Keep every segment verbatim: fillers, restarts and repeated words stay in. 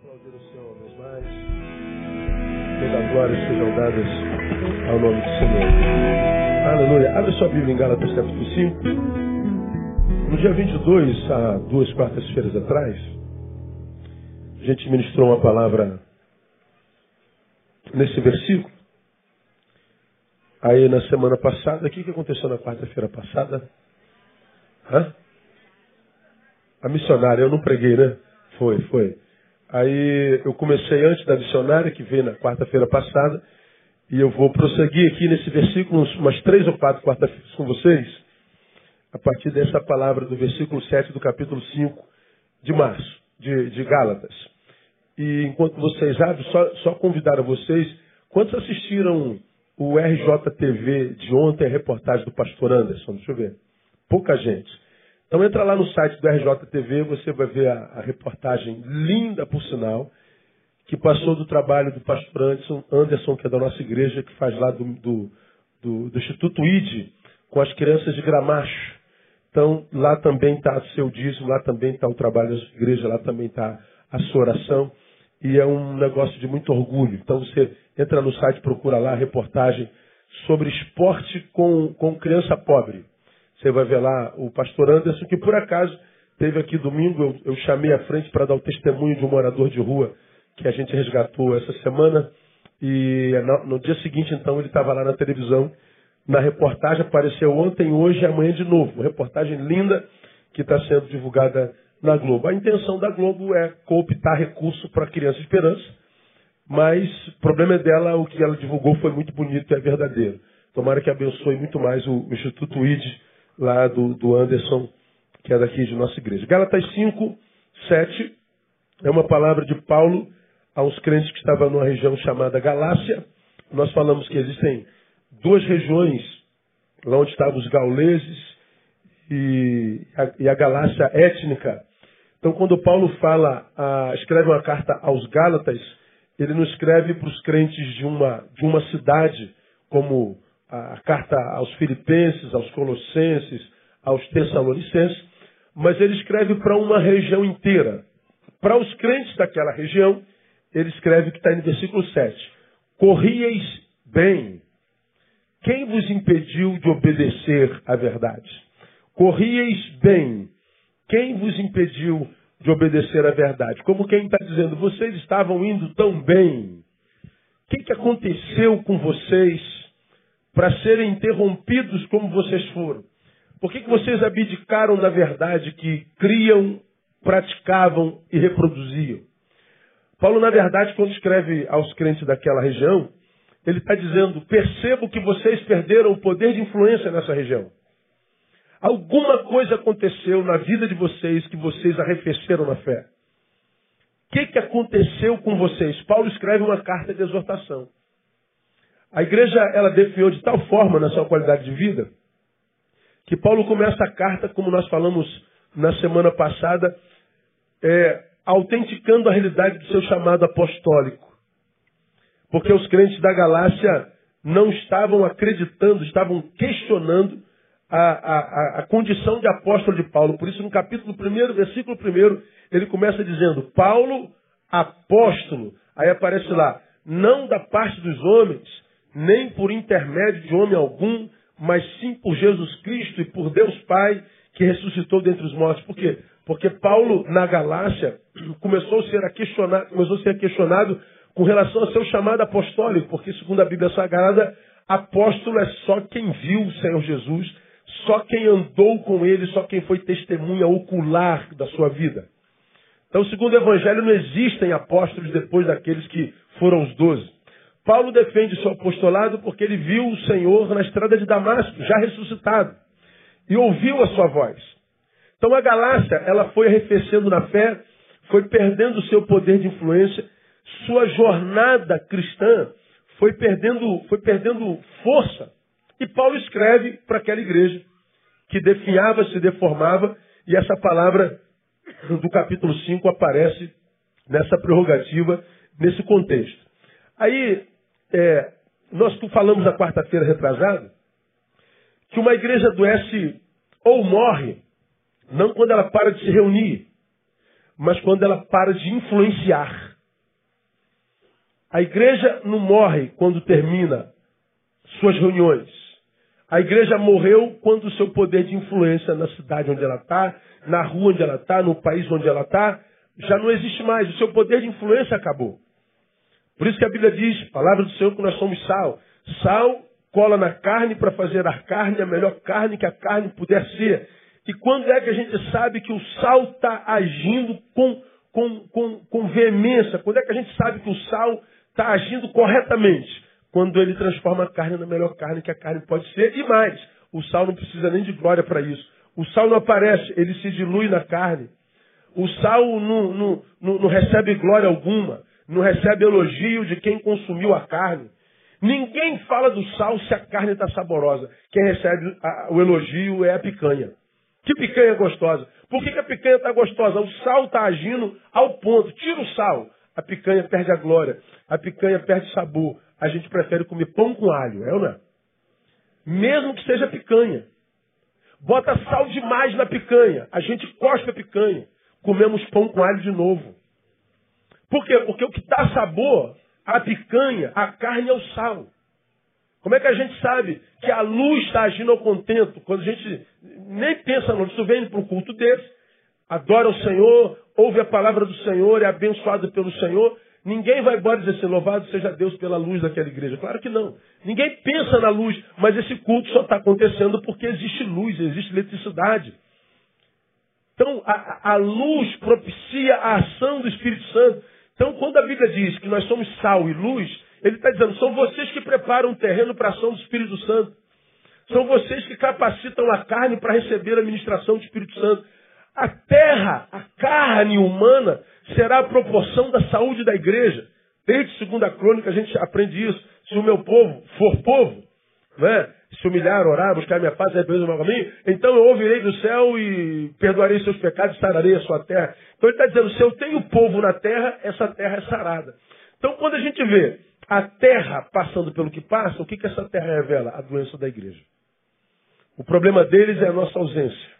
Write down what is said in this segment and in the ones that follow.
aplaudir o Senhor, meus mais. Toda a glória sejam dadas ao nome do Senhor. Aleluia. Abre sua Bíblia em Gálatas capítulo cinco. No dia vinte e dois, há duas quartas-feiras atrás, a gente ministrou uma palavra nesse versículo. Aí na semana passada, o que aconteceu na quarta-feira passada? Hã? A missionária, eu não preguei, né? Foi, foi. Aí eu comecei antes da missionária, que veio na quarta-feira passada, e eu vou prosseguir aqui nesse versículo umas três ou quatro quarta-feiras com vocês, a partir dessa palavra do versículo sete do capítulo cinco de março, de, de Gálatas. E enquanto vocês abrem, só, só convidar a vocês, quantos assistiram o R J T V de ontem, a reportagem do pastor Anderson? Deixa eu ver. Pouca gente. Então entra lá no site do R J T V, você vai ver a, a reportagem linda, por sinal, que passou do trabalho do pastor Anderson, Anderson, que é da nossa igreja, que faz lá do, do, do, do Instituto I D, com as crianças de Gramacho. Então lá também está o seu dízimo, lá também está o trabalho da sua igreja, lá também está a sua oração. E é um negócio de muito orgulho. Então você entra no site, procura lá a reportagem sobre esporte com, com criança pobre. Você vai ver lá o pastor Anderson, que por acaso teve aqui domingo, eu, eu chamei à frente para dar o testemunho de um morador de rua que a gente resgatou essa semana. E no, no dia seguinte, então, ele estava lá na televisão. Na reportagem, apareceu ontem, hoje e amanhã de novo. Uma reportagem linda que está sendo divulgada na Globo. A intenção da Globo é cooptar recurso para a Criança Esperança, mas o problema é dela, o que ela divulgou foi muito bonito e é verdadeiro. Tomara que abençoe muito mais o, o Instituto I D, lá do, do Anderson, que é daqui de nossa igreja. Gálatas cinco, sete, é uma palavra de Paulo aos crentes que estavam numa região chamada Galácia. Nós falamos que existem duas regiões, lá onde estavam os gauleses e a, e a Galácia étnica. Então, quando Paulo fala, ah, escreve uma carta aos Gálatas, ele não escreve para os crentes de uma, de uma cidade, como a carta aos Filipenses, aos Colossenses, aos Tessalonicenses, mas ele escreve para uma região inteira. Para os crentes daquela região, ele escreve que está no versículo sete. Corrieis bem. Quem vos impediu de obedecer à verdade? Corrieis bem. Quem vos impediu de obedecer à verdade? Como quem está dizendo, vocês estavam indo tão bem. O que, que aconteceu com vocês para serem interrompidos como vocês foram? Por que, que vocês abdicaram da verdade que criam, praticavam e reproduziam? Paulo, na verdade, quando escreve aos crentes daquela região, ele está dizendo, percebo que vocês perderam o poder de influência nessa região. Alguma coisa aconteceu na vida de vocês que vocês arrefeceram na fé. O que, que aconteceu com vocês? Paulo escreve uma carta de exortação. A igreja, ela definhou de tal forma na sua qualidade de vida, que Paulo começa a carta, como nós falamos na semana passada, é, autenticando a realidade do seu chamado apostólico. Porque os crentes da Galácia não estavam acreditando, estavam questionando a, a, a condição de apóstolo de Paulo. Por isso, no capítulo primeiro, versículo primeiro, ele começa dizendo, Paulo, apóstolo. Aí aparece lá, não da parte dos homens, nem por intermédio de homem algum, mas sim por Jesus Cristo e por Deus Pai, que ressuscitou dentre os mortos. Por quê? Porque Paulo, na Galácia, começou a ser questionado, começou a ser questionado com relação ao seu chamado apostólico, porque, segundo a Bíblia Sagrada, apóstolo é só quem viu o Senhor Jesus, só quem andou com ele, só quem foi testemunha ocular da sua vida. Então, segundo o Evangelho, não existem apóstolos depois daqueles que foram os doze. Paulo defende seu apostolado porque ele viu o Senhor na estrada de Damasco, já ressuscitado, e ouviu a sua voz. Então, a Galácia, ela foi arrefecendo na fé, foi perdendo o seu poder de influência, sua jornada cristã foi perdendo, foi perdendo força. E Paulo escreve para aquela igreja que definhava, se deformava, e essa palavra do capítulo cinco aparece nessa prerrogativa, nesse contexto. Aí, é, nós falamos na quarta-feira retrasada que uma igreja adoece ou morre, não quando ela para de se reunir, mas quando ela para de influenciar. A igreja não morre quando termina suas reuniões. A igreja morreu quando o seu poder de influência na cidade onde ela está, na rua onde ela está, no país onde ela está, já não existe mais. O seu poder de influência acabou. Por isso que a Bíblia diz, palavra do Senhor, que nós somos sal. Sal cola na carne para fazer a carne a melhor carne que a carne puder ser. E quando é que a gente sabe que o sal está agindo com, com, com, com veemência? Quando é que a gente sabe que o sal está agindo corretamente? Quando ele transforma a carne na melhor carne que a carne pode ser. E mais, o sal não precisa nem de glória para isso. O sal não aparece, ele se dilui na carne. O sal não, não, não, não recebe glória alguma. Não recebe elogio de quem consumiu a carne. Ninguém fala do sal se a carne está saborosa. Quem recebe a, o elogio é a picanha. Que picanha gostosa. Por que, que a picanha está gostosa? O sal está agindo ao ponto. Tira o sal. A picanha perde a glória. A picanha perde sabor. A gente prefere comer pão com alho, é ou não é? Mesmo que seja picanha. Bota sal demais na picanha. A gente cospe a picanha. Comemos pão com alho de novo. Por quê? Porque o que dá sabor, a picanha, a carne é o sal. Como é que a gente sabe que a luz está agindo ao contento? Quando a gente nem pensa no isso, vem para um culto desse, adora o Senhor, ouve a palavra do Senhor, é abençoado pelo Senhor. Ninguém vai embora e dizer assim, louvado seja Deus pela luz daquela igreja. Claro que não. Ninguém pensa na luz, mas esse culto só está acontecendo porque existe luz, existe eletricidade. Então, a, a luz propicia a ação do Espírito Santo. Então, quando a Bíblia diz que nós somos sal e luz, ele está dizendo, são vocês que preparam o terreno para a ação do Espírito Santo. São vocês que capacitam a carne para receber a ministração do Espírito Santo. A terra, a carne humana, será a proporção da saúde da igreja. Desde segunda crônica a gente aprende isso. Se o meu povo for povo, né, se humilhar, orar, buscar minha paz, arrepender do meu caminho, então eu ouvirei do céu e perdoarei seus pecados e sararei a sua terra. Então ele está dizendo, se eu tenho povo na terra, essa terra é sarada. Então quando a gente vê a terra passando pelo que passa, o que, que essa terra revela? A doença da igreja. O problema deles é a nossa ausência.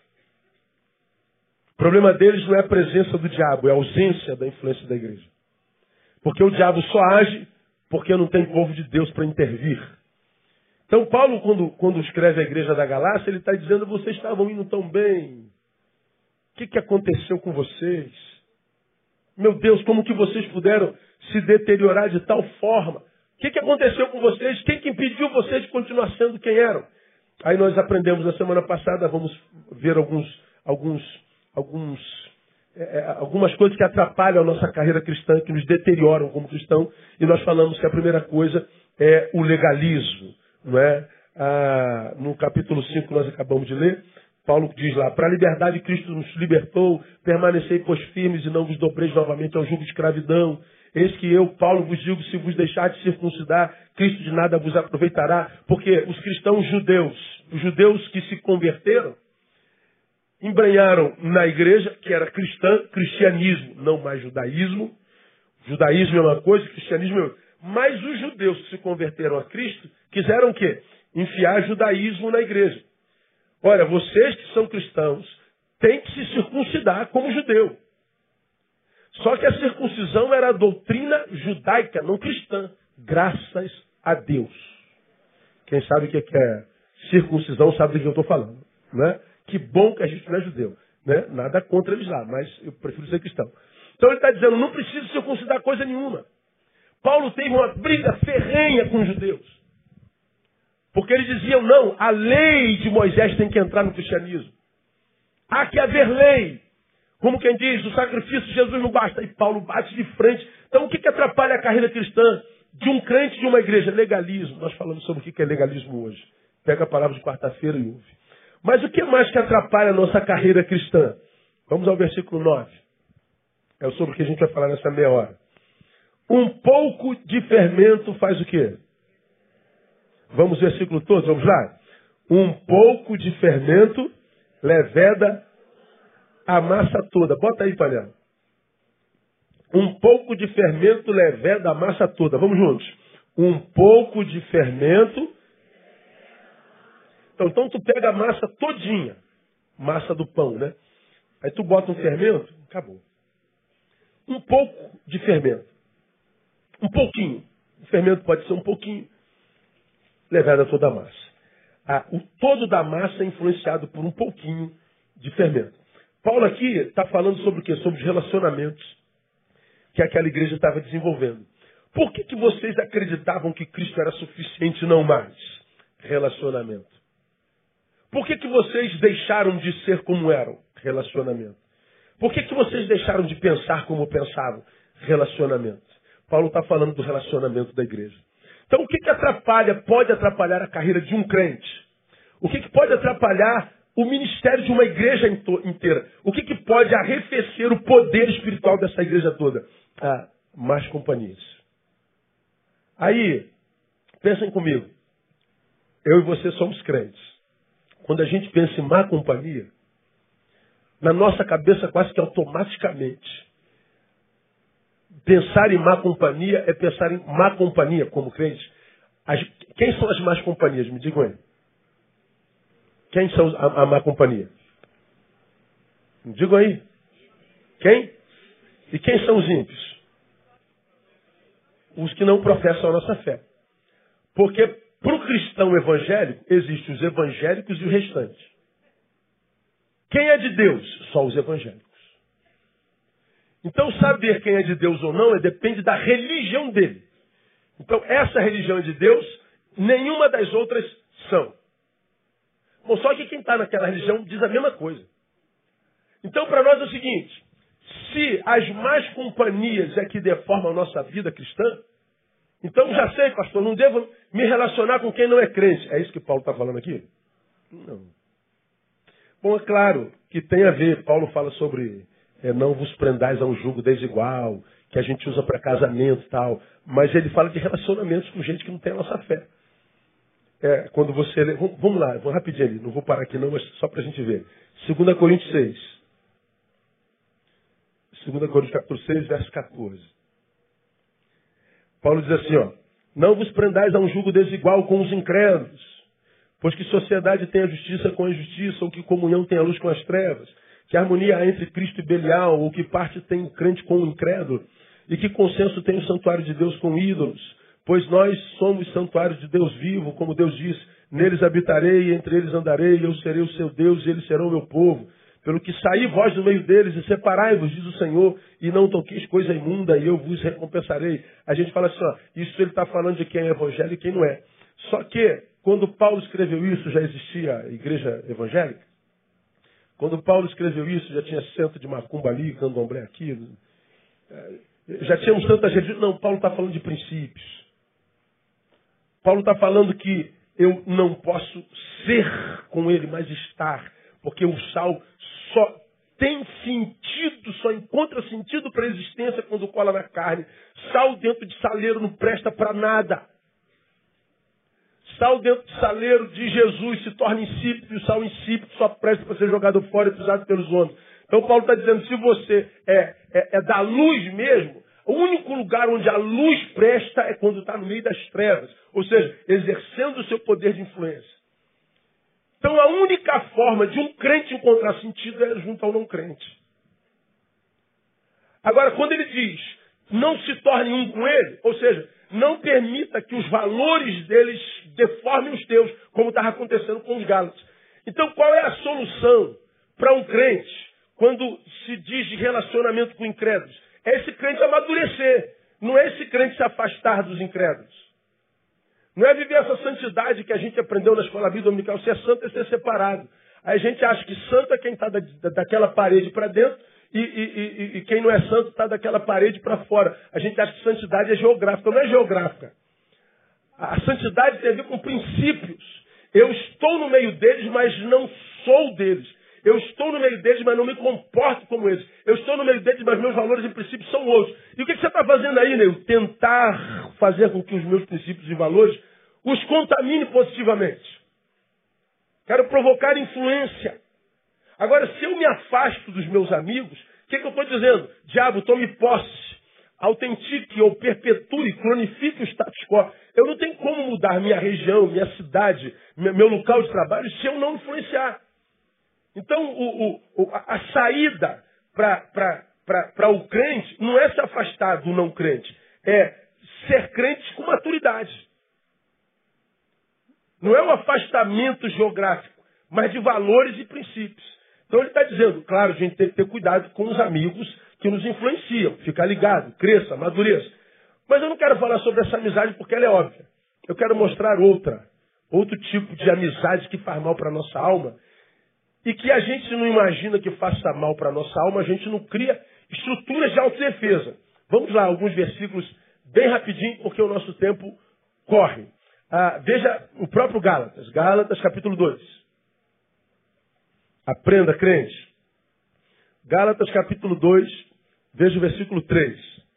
O problema deles não é a presença do diabo, é a ausência da influência da igreja. Porque o diabo só age porque não tem povo de Deus para intervir. Então Paulo, quando, quando escreve a igreja da Galácia, ele está dizendo, vocês estavam indo tão bem. O que, que aconteceu com vocês? Meu Deus, como que vocês puderam se deteriorar de tal forma? O que, que aconteceu com vocês? Quem que impediu vocês de continuar sendo quem eram? Aí nós aprendemos na semana passada, vamos ver alguns, alguns, alguns, é, algumas coisas que atrapalham a nossa carreira cristã, que nos deterioram como cristão, e nós falamos que a primeira coisa é o legalismo. Não é? Ah, no capítulo cinco que nós acabamos de ler, Paulo diz lá, para a liberdade Cristo nos libertou, permanecei pois firmes e não vos dobreis novamente ao jugo de escravidão. Eis que eu, Paulo, vos digo, se vos deixar de circuncidar, Cristo de nada vos aproveitará. Porque os cristãos judeus, os judeus que se converteram, embranharam na igreja, que era cristã, cristianismo, não mais judaísmo. Judaísmo é uma coisa, cristianismo é outra. Mas os judeus que se converteram a Cristo, quiseram o quê? Enfiar judaísmo na igreja. Olha, vocês que são cristãos, têm que se circuncidar como judeu. Só que a circuncisão era a doutrina judaica, não cristã. Graças a Deus. Quem sabe o que é circuncisão sabe do que eu estou falando. Né? Que bom que a gente não é judeu. Né? Nada contra eles lá, mas eu prefiro ser cristão. Então ele está dizendo, não precisa circuncidar coisa nenhuma. Paulo teve uma briga ferrenha com os judeus. Porque eles diziam, não, a lei de Moisés tem que entrar no cristianismo. Há que haver lei. Como quem diz, o sacrifício de Jesus não basta. E Paulo bate de frente. Então o que, que atrapalha a carreira cristã de um crente de uma igreja? Legalismo. Nós falamos sobre o que é legalismo hoje. Pega a palavra de quarta-feira e ouve. Mas o que mais que atrapalha a nossa carreira cristã? Vamos ao versículo nove. É sobre o que a gente vai falar nessa meia hora. Um pouco de fermento faz o quê? Vamos ao versículo todo, vamos lá? Um pouco de fermento leveda a massa toda. Bota aí, panela. Um pouco de fermento leveda a massa toda. Vamos juntos. Um pouco de fermento. Então, então tu pega a massa todinha. Massa do pão, né? Aí tu bota um fermento, acabou. Um pouco de fermento. um pouquinho. O fermento pode ser um pouquinho. Levada toda a massa. Ah, o todo da massa é influenciado por um pouquinho de fermento. Paulo aqui está falando sobre o quê? Sobre os relacionamentos que aquela igreja estava desenvolvendo. Por que, que vocês acreditavam que Cristo era suficiente e não mais? Relacionamento. Por que, que vocês deixaram de ser como eram? Relacionamento. Por que, que vocês deixaram de pensar como pensavam? Relacionamento. Paulo está falando do relacionamento da igreja. Então, o que, que atrapalha, pode atrapalhar a carreira de um crente? O que, que pode atrapalhar o ministério de uma igreja inteira? O que, que pode arrefecer o poder espiritual dessa igreja toda? Ah, más companhias. Aí, pensem comigo. Eu e você somos crentes. Quando a gente pensa em má companhia, na nossa cabeça quase que automaticamente, pensar em má companhia é pensar em má companhia como crente. As, quem são as más companhias? Me digam aí. Quem são a, a má companhia? Me digam aí. Quem? E quem são os ímpios? Os que não professam a nossa fé. Porque para o cristão evangélico, existem os evangélicos e o restante. Quem é de Deus? Só os evangélicos. Então, saber quem é de Deus ou não é, depende da religião dele. Então, essa religião é de Deus, nenhuma das outras são. Bom, só que quem está naquela religião diz a mesma coisa. Então, para nós é o seguinte, se as más companhias é que deformam a nossa vida cristã, então já sei, pastor, não devo me relacionar com quem não é crente. É isso que Paulo está falando aqui? Não. Bom, é claro que tem a ver, Paulo fala sobre é, não vos prendais a um jugo desigual, que a gente usa para casamento e tal, mas ele fala de relacionamentos com gente que não tem a nossa fé. É, quando você lê, vamos lá, vou rapidinho ali, não vou parar aqui não, mas só para a gente ver. dois Coríntios seis. dois Coríntios capítulo seis, verso quatorze. Paulo diz assim, ó, não vos prendais a um jugo desigual com os incrédulos, pois que sociedade tem a justiça com a injustiça, ou que comunhão tem a luz com as trevas, que harmonia há entre Cristo e Belial, ou que parte tem o crente com o incrédulo, e que consenso tem o santuário de Deus com ídolos, pois nós somos santuários de Deus vivo, como Deus diz, neles habitarei, entre eles andarei, eu serei o seu Deus, e eles serão o meu povo. Pelo que saí vós do meio deles e separai-vos, diz o Senhor, e não toqueis coisa imunda, e eu vos recompensarei. A gente fala assim, ó, isso ele está falando de quem é evangélico e quem não é. Só que, quando Paulo escreveu isso, já existia a igreja evangélica? Quando Paulo escreveu isso, já tinha centro de macumba ali, candomblé aqui? Já tínhamos tantas religiões? Não, Paulo está falando de princípios. Paulo está falando que eu não posso ser com ele, mas estar. Porque o sal só tem sentido, só encontra sentido para a existência quando cola na carne. Sal dentro de saleiro não presta para nada. Sal dentro de saleiro de Jesus se torna insípido, e o sal insípido só presta para ser jogado fora e pisado pelos homens. Então Paulo está dizendo, se você é, é, é da luz mesmo, o único lugar onde a luz presta é quando está no meio das trevas. Ou seja, exercendo o seu poder de influência. Então a única forma de um crente encontrar sentido é junto ao não crente. Agora, quando ele diz, não se torne um com ele, ou seja, não permita que os valores deles deformem os teus, como estava acontecendo com os Gálatas. Então qual é a solução para um crente quando se diz de relacionamento com incrédulos? É esse crente amadurecer, não é esse crente se afastar dos incrédulos. Não é viver essa santidade que a gente aprendeu na escola bíblica dominical. Ser santo é ser separado. Aí a gente acha que santo é quem está da, daquela parede para dentro e, e, e, e quem não é santo está daquela parede para fora. A gente acha que santidade é geográfica. Não é geográfica. A santidade tem a ver com princípios. Eu estou no meio deles, mas não sou deles. Eu estou no meio deles, mas não me comporto como eles. Eu estou no meio deles, mas meus valores e princípios são outros. E o que você está fazendo aí, Neil? Tentar fazer com que os meus princípios e valores os contamine positivamente. Quero provocar influência. Agora, se eu me afasto dos meus amigos, o que, que eu estou dizendo? Diabo, tome posse, autentique ou perpetue, cronifique o status quo. Eu não tenho como mudar minha região, minha cidade, meu local de trabalho, se eu não influenciar. Então, o, o, a saída para o crente não é se afastar do não crente, é ser crentes com maturidade. Não é um afastamento geográfico, mas de valores e princípios. Então ele está dizendo, claro, a gente tem que ter cuidado com os amigos que nos influenciam. Ficar ligado, cresça, amadureça. Mas eu não quero falar sobre essa amizade porque ela é óbvia. Eu quero mostrar outra, outro tipo de amizade que faz mal para a nossa alma. E que a gente não imagina que faça mal para a nossa alma, a gente não cria estruturas de autodefesa. Vamos lá, alguns versículos bem rapidinho, porque o nosso tempo corre. Ah, veja o próprio Gálatas, Gálatas capítulo dois. Aprenda, crente. Gálatas capítulo dois, veja o versículo três.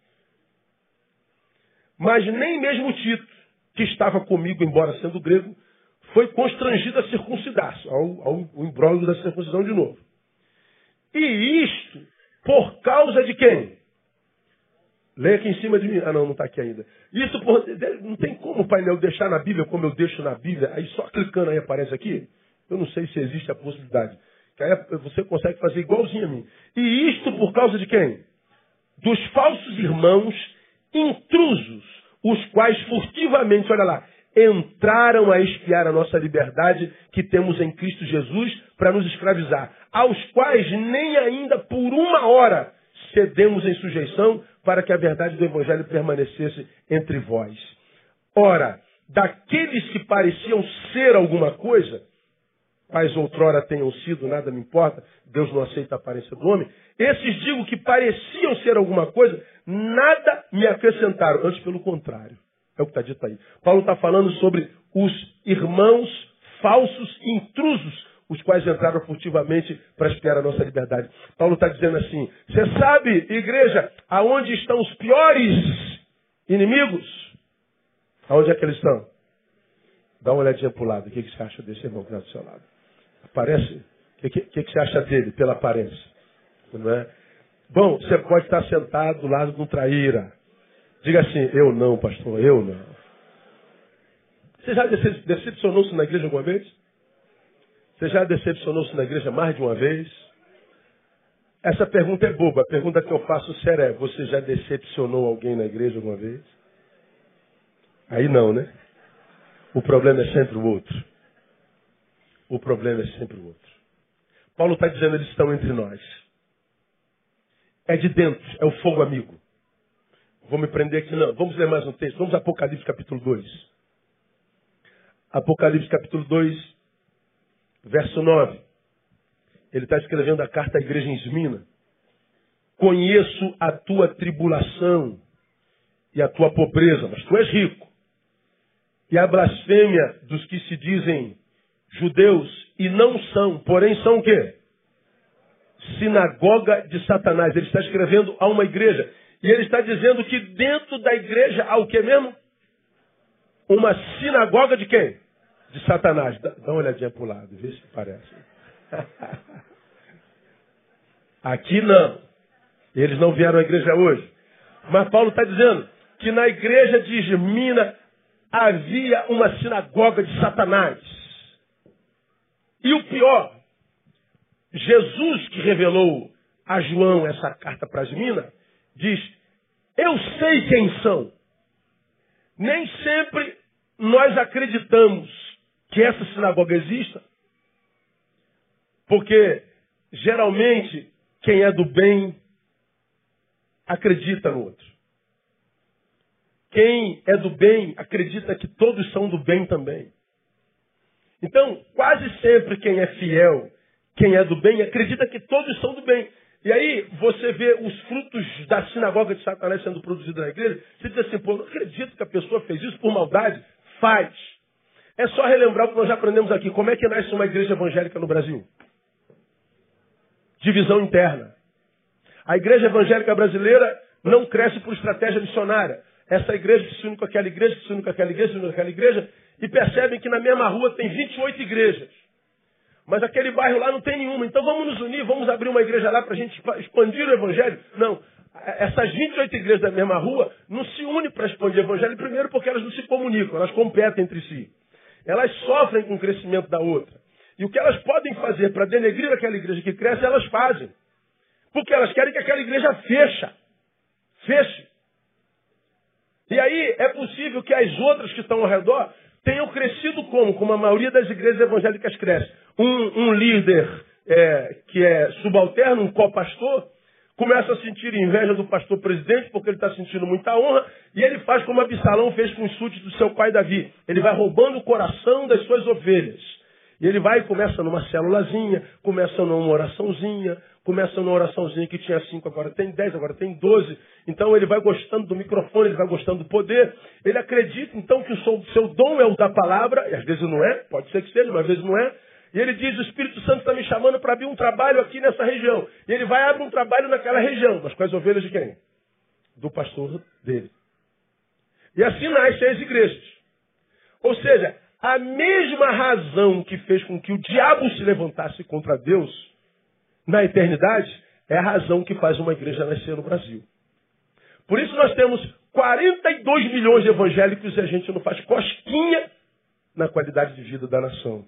Mas nem mesmo Tito, que estava comigo, embora sendo grego, foi constrangido a circuncidar-se, ao, ao, ao imbróglio da circuncisão de novo. E isto por causa de quem? Leia aqui em cima de mim. Ah, não, não está aqui ainda. Isso por, não tem como o painel deixar na Bíblia como eu deixo na Bíblia. Aí só clicando aí aparece aqui. Eu não sei se existe a possibilidade. Que aí você consegue fazer igualzinho a mim. E isto por causa de quem? Dos falsos irmãos intrusos, os quais furtivamente, olha lá, entraram a espiar a nossa liberdade que temos em Cristo Jesus para nos escravizar, aos quais nem ainda por uma hora cedemos em sujeição para que a verdade do Evangelho permanecesse entre vós. Ora, daqueles que pareciam ser alguma coisa, quais outrora tenham sido, nada me importa, Deus não aceita a aparência do homem, esses digo que pareciam ser alguma coisa, nada me acrescentaram, antes pelo contrário. É o que está dito aí. Paulo está falando sobre os irmãos falsos intrusos, os quais entraram furtivamente para espiar a nossa liberdade. Paulo está dizendo assim, você sabe, igreja, aonde estão os piores inimigos? Aonde é que eles estão? Dá uma olhadinha para o lado. O que, que você acha desse irmão que está do seu lado? Aparece? O que, que, que você acha dele pela aparência? Não é? Bom, você pode estar sentado do lado de um traíra. Diga assim, eu não, pastor, eu não. Você já decepcionou-se na igreja alguma vez? Você já decepcionou-se na igreja mais de uma vez? Essa pergunta é boba. A pergunta que eu faço séria é, você já decepcionou alguém na igreja alguma vez? Aí não, né? O problema é sempre o outro. O problema é sempre o outro. Paulo está dizendo, eles estão entre nós. É de dentro, é o fogo amigo. Vou me prender aqui, não. Vamos ler mais um texto. Vamos a Apocalipse capítulo dois. Apocalipse capítulo dois, verso nove. Ele está escrevendo a carta à igreja em Esmina. Conheço a tua tribulação e a tua pobreza, mas tu és rico. E a blasfêmia dos que se dizem judeus e não são, porém são o quê? Sinagoga de Satanás. Ele está escrevendo a uma igreja. E ele está dizendo que dentro da igreja há o que mesmo? Uma sinagoga de quem? De Satanás. Dá, dá uma olhadinha para o lado, vê se parece. Aqui não. Eles não vieram à igreja hoje. Mas Paulo está dizendo que na igreja de Esmina havia uma sinagoga de Satanás. E o pior, Jesus que revelou a João essa carta para Esmina, diz, eu sei quem são. Nem sempre nós acreditamos que essa sinagoga exista, porque geralmente quem é do bem acredita no outro. Quem é do bem acredita que todos são do bem também. Então, quase sempre quem é fiel, quem é do bem, acredita que todos são do bem. E aí, você vê os frutos da sinagoga de Satanás sendo produzidos na igreja, você diz assim, pô, não acredito que a pessoa fez isso por maldade. Faz. É só relembrar o que nós já aprendemos aqui. Como é que nasce uma igreja evangélica no Brasil? Divisão interna. A igreja evangélica brasileira não cresce por estratégia missionária. Essa igreja se une com aquela igreja, se une com aquela igreja, se une com aquela igreja, e percebem que na mesma rua tem vinte e oito igrejas. Mas aquele bairro lá não tem nenhuma. Então vamos nos unir, vamos abrir uma igreja lá para a gente expandir o evangelho. Não. Essas vinte e oito igrejas da mesma rua não se unem para expandir o evangelho, primeiro porque elas não se comunicam, elas competem entre si. Elas sofrem com o crescimento da outra. E o que elas podem fazer para denegrir aquela igreja que cresce, elas fazem. Porque elas querem que aquela igreja feche. Feche. E aí Porque é possível que as outras que estão ao redor tenham crescido como? Como a maioria das igrejas evangélicas cresce. Um, um líder é, que é subalterno, um copastor, começa a sentir inveja do pastor presidente porque ele está sentindo muita honra e ele faz como Absalão fez com os súditos do seu pai Davi. Ele vai roubando o coração das suas ovelhas. E ele vai e começa numa célulazinha, começa numa oraçãozinha, começa numa oraçãozinha que tinha cinco, agora tem dez, agora tem doze. Então ele vai gostando do microfone, ele vai gostando do poder. Ele acredita então que o seu, seu dom é o da palavra, e às vezes não é, pode ser que seja, mas às vezes não é. E ele diz, o Espírito Santo está me chamando para abrir um trabalho aqui nessa região. E ele vai abrir um trabalho naquela região. Mas com as ovelhas de quem? Do pastor dele. E assim nascem as igrejas. Ou seja, a mesma razão que fez com que o diabo se levantasse contra Deus na eternidade é a razão que faz uma igreja nascer no Brasil. Por isso nós temos quarenta e dois milhões de evangélicos e a gente não faz cosquinha na qualidade de vida da nação.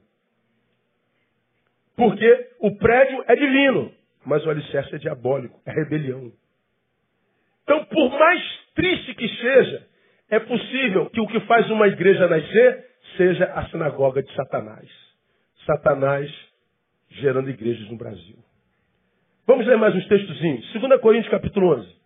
Porque o prédio é divino, mas o alicerce é diabólico, é rebelião. Então, por mais triste que seja, é possível que o que faz uma igreja nascer seja a sinagoga de Satanás. Satanás gerando igrejas no Brasil. Vamos ler mais uns textozinhos. Segunda Coríntios, capítulo onze.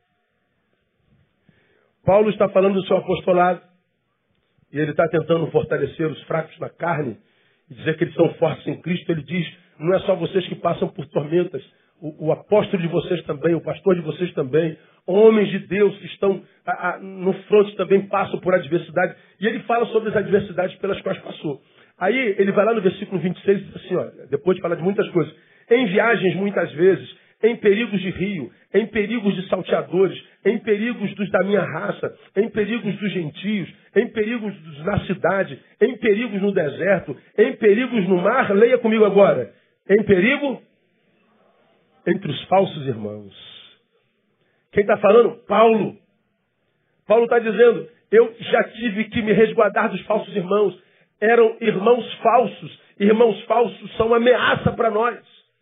Paulo está falando do seu apostolado e ele está tentando fortalecer os fracos na carne e dizer que eles são fortes em Cristo. Ele diz, não é só vocês que passam por tormentas, o, o apóstolo de vocês também, o pastor de vocês também, homens de Deus que estão a, a, no fronte também passam por adversidade. E ele fala sobre as adversidades pelas quais passou. Aí ele vai lá no versículo vinte e seis e diz assim, olha, depois de falar de muitas coisas, em viagens muitas vezes, em perigos de rio, em perigos de salteadores, em perigos dos da minha raça, em perigos dos gentios, em perigos dos na cidade, em perigos no deserto, em perigos no mar, leia comigo agora, em perigo entre os falsos irmãos. Quem está falando? Paulo. Paulo está dizendo, eu já tive que me resguardar dos falsos irmãos. Eram irmãos falsos. Irmãos falsos são ameaça para nós.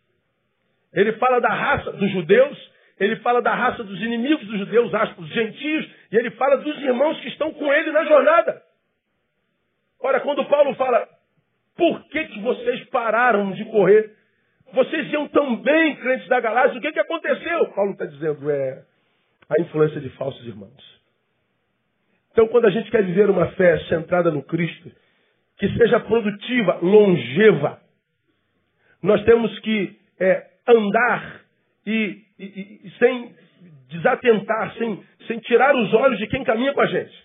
Ele fala da raça dos judeus, ele fala da raça dos inimigos dos judeus, aspas, dos gentios, e ele fala dos irmãos que estão com ele na jornada. Ora, quando Paulo fala, por que, que vocês pararam de correr? Vocês iam tão bem, crentes da Galácia, o que, que aconteceu? Paulo está dizendo, é a influência de falsos irmãos. Então, quando a gente quer viver uma fé centrada no Cristo, que seja produtiva, longeva, nós temos que é, andar e, e, e sem desatentar, sem, sem tirar os olhos de quem caminha com a gente.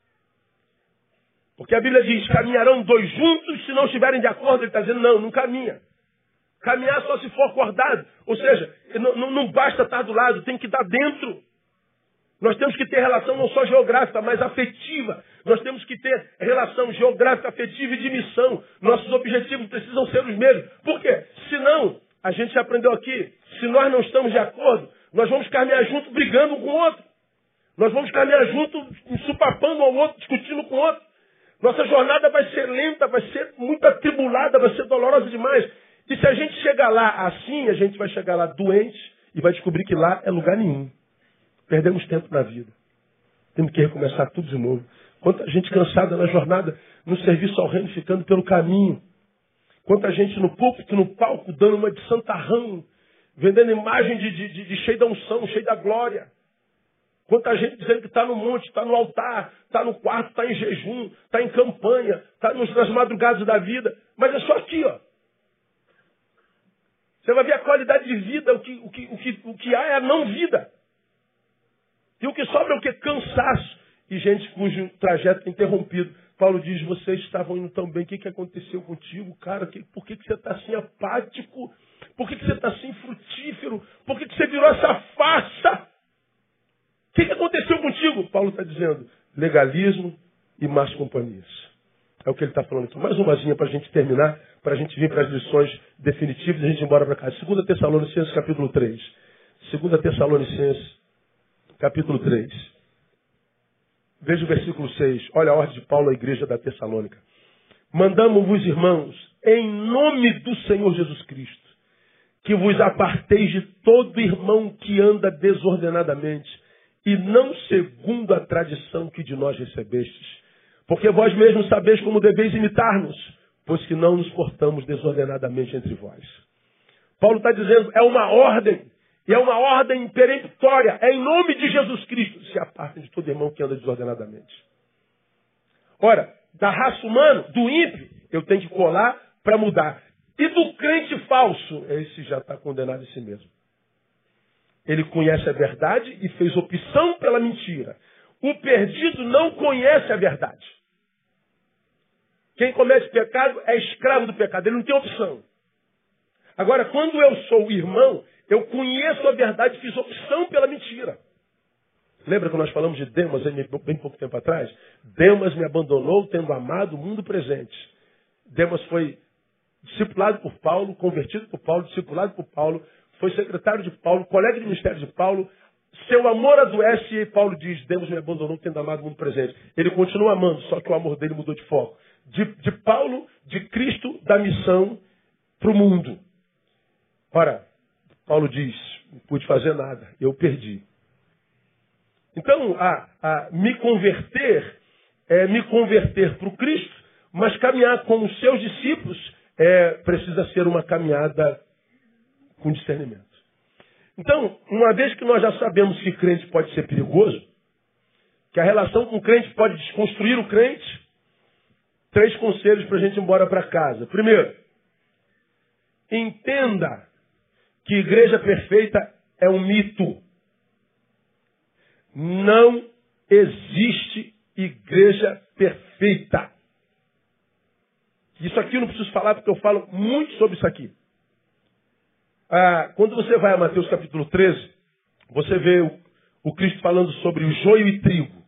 Porque a Bíblia diz, caminharão dois juntos se não estiverem de acordo. Ele está dizendo, não, não caminha. Caminhar só se for acordado. Ou seja, não, não, não basta estar do lado, tem que estar dentro. Nós temos que ter relação não só geográfica, mas afetiva. Nós temos que ter relação geográfica, afetiva e de missão. Nossos objetivos precisam ser os mesmos. Por quê? Senão, a gente já aprendeu aqui, se nós não estamos de acordo, nós vamos caminhar junto brigando um com o outro. Nós vamos caminhar junto ensupapando um ao outro, discutindo com o outro. Nossa jornada vai ser lenta, vai ser muito atribulada, vai ser dolorosa demais. E se a gente chegar lá assim, a gente vai chegar lá doente e vai descobrir que lá é lugar nenhum. Perdemos tempo na vida. Temos que recomeçar tudo de novo. Quanta gente cansada na jornada, no serviço ao reino, ficando pelo caminho. Quanta gente no púlpito, no palco, dando uma de santarrão, vendendo imagem de, de, de, de cheio da unção, cheio da glória. Quanta gente dizendo que está no monte, está no altar, está no quarto, está em jejum, está em campanha, está nas madrugadas da vida. Mas é só aqui, ó. Você vai ver a qualidade de vida, o que, o que, o que, o que há é a não vida. E o que sobra é o que? Cansaço. E gente cujo trajeto é interrompido. Paulo diz, vocês estavam indo tão bem, o que, que aconteceu contigo, cara? Que, por que, que você está assim apático? Por que, que você está assim frutífero? Por que, que você virou essa farsa? O que, que aconteceu contigo? Paulo está dizendo, legalismo e más companhias. É o que ele está falando aqui. Mais umazinha para a gente terminar, para a gente vir para as lições definitivas e a gente ir embora para casa. Segunda Tessalonicenses, capítulo três. Segunda Tessalonicenses, capítulo três. Veja o versículo seis. Olha a ordem de Paulo à igreja da Tessalônica. Mandamos-vos, irmãos, em nome do Senhor Jesus Cristo, que vos aparteis de todo irmão que anda desordenadamente e não segundo a tradição que de nós recebestes. Porque vós mesmos sabeis como deveis imitar-nos, pois que não nos portamos desordenadamente entre vós. Paulo está dizendo, é uma ordem, e é uma ordem peremptória, é em nome de Jesus Cristo, se apartem de todo irmão que anda desordenadamente. Ora, da raça humana, do ímpio, eu tenho que colar para mudar. E do crente falso, esse já está condenado em si mesmo. Ele conhece a verdade e fez opção pela mentira. O perdido não conhece a verdade. Quem comete pecado é escravo do pecado, ele não tem opção. Agora, quando eu sou irmão, eu conheço a verdade e fiz opção pela mentira. Lembra que nós falamos de Demas, bem pouco tempo atrás? Demas me abandonou, tendo amado o mundo presente. Demas foi discipulado por Paulo, convertido por Paulo, discipulado por Paulo, foi secretário de Paulo, colega de ministério de Paulo. Seu amor adoece e Paulo diz, Deus me abandonou tendo amado o mundo presente. Ele continua amando, só que o amor dele mudou de foco. De, de Paulo, de Cristo, da missão para o mundo. Ora, Paulo diz, não pude fazer nada, eu perdi. Então, a, a me converter é me converter para o Cristo, mas caminhar com os seus discípulos é, precisa ser uma caminhada com discernimento. Então, uma vez que nós já sabemos que crente pode ser perigoso, que a relação com o crente pode desconstruir o crente, três conselhos para a gente ir embora para casa. Primeiro, entenda que igreja perfeita é um mito. Não existe igreja perfeita. Isso aqui eu não preciso falar porque eu falo muito sobre isso aqui. Ah, quando você vai a Mateus capítulo treze, você vê o, o Cristo falando sobre o joio e trigo.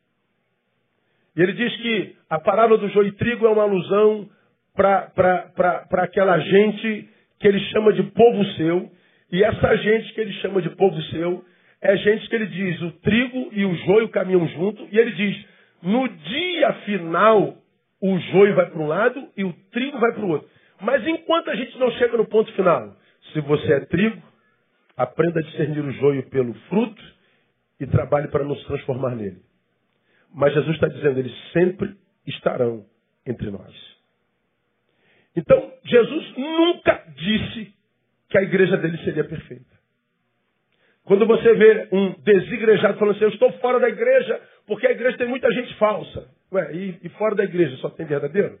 E ele diz que a parábola do joio e trigo é uma alusão para aquela gente que ele chama de povo seu. E essa gente que ele chama de povo seu é gente que ele diz, o trigo e o joio caminham junto. E ele diz, no dia final, o joio vai para um lado e o trigo vai para o outro. Mas enquanto a gente não chega no ponto final, se você é trigo, aprenda a discernir o joio pelo fruto e trabalhe para não se transformar nele. Mas Jesus está dizendo, eles sempre estarão entre nós. Então, Jesus nunca disse que a igreja dele seria perfeita. Quando você vê um desigrejado falando assim, eu estou fora da igreja porque a igreja tem muita gente falsa. Ué, e, e fora da igreja só tem verdadeiro?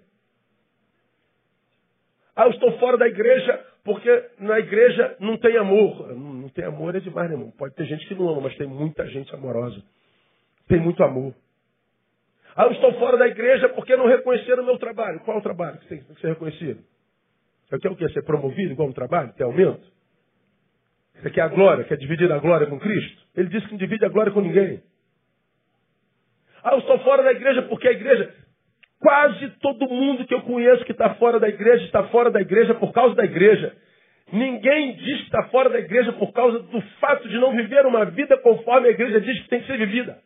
Ah, eu estou fora da igreja porque na igreja não tem amor. Não, não tem amor é demais, né, irmão? Pode ter gente que não ama, mas tem muita gente amorosa. Tem muito amor. Ah, eu estou fora da igreja porque não reconheceram o meu trabalho. Qual é o trabalho que tem que ser reconhecido? Você quer o quê? Ser promovido igual um trabalho? Ter aumento? Você quer a glória? Quer dividir a glória com Cristo? Ele disse que não divide a glória com ninguém. Ah, eu estou fora da igreja porque a igreja... Quase todo mundo que eu conheço que está fora da igreja, está fora da igreja por causa da igreja. Ninguém diz que está fora da igreja por causa do fato de não viver uma vida conforme a igreja diz que tem que ser vivida.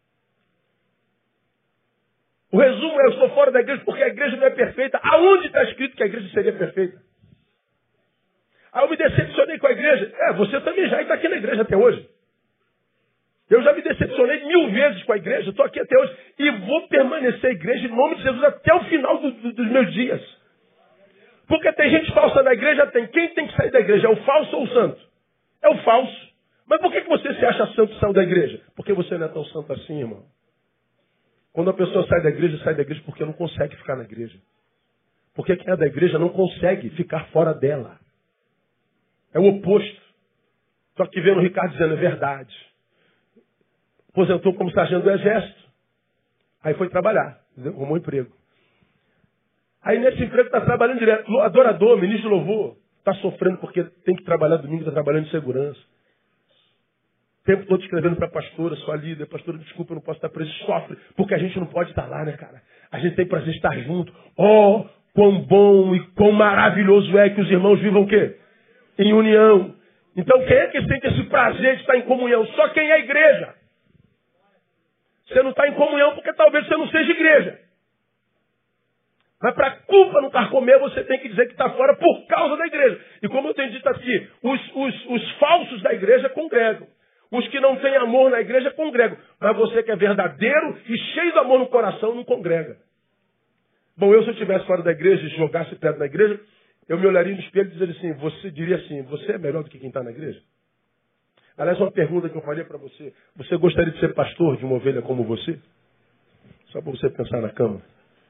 O resumo é, eu estou fora da igreja porque a igreja não é perfeita. Aonde está escrito que a igreja seria perfeita? Ah, eu me decepcionei com a igreja. É, você também já está aqui na igreja até hoje. Eu já me decepcionei mil vezes com a igreja, estou aqui até hoje e vou permanecer a igreja em nome de Jesus até o final do, do, dos meus dias. Porque tem gente falsa na igreja, tem. Quem tem que sair da igreja? É o falso ou o santo? É o falso. Mas por que que você se acha santo e saiu da igreja? Porque você não é tão santo assim, irmão. Quando a pessoa sai da igreja, sai da igreja porque não consegue ficar na igreja. Porque quem é da igreja não consegue ficar fora dela. É o oposto. Estou aqui vendo o Ricardo dizendo, é verdade. Aposentou como sargento do exército. Aí foi trabalhar. Arrumou um emprego. Aí nesse emprego está trabalhando direto. Adorador, ministro de louvor. Está sofrendo porque tem que trabalhar domingo, está trabalhando de segurança. O tempo todo escrevendo para a pastora, sua líder. Pastora, desculpa, eu não posso estar preso. Sofre, porque a gente não pode estar lá, né, cara? A gente tem prazer de estar junto. Oh, quão bom e quão maravilhoso é que os irmãos vivam o quê? Em união. Então quem é que sente esse prazer de estar em comunhão? Só quem é igreja. Você não está em comunhão porque talvez você não seja igreja. Mas para a culpa não carcomer, você tem que dizer que está fora por causa da igreja. E como eu tenho dito aqui, os, os, os falsos da igreja congregam. Os que não têm amor na igreja congregam. Mas você que é verdadeiro e cheio de amor no coração não congrega. Bom, eu se eu estivesse fora da igreja e jogasse pedra na igreja, eu me olharia no espelho e dizer assim, você diria assim, você é melhor do que quem está na igreja? Aliás, uma pergunta que eu faria para você. Você gostaria de ser pastor de uma ovelha como você? Só para você pensar na cama.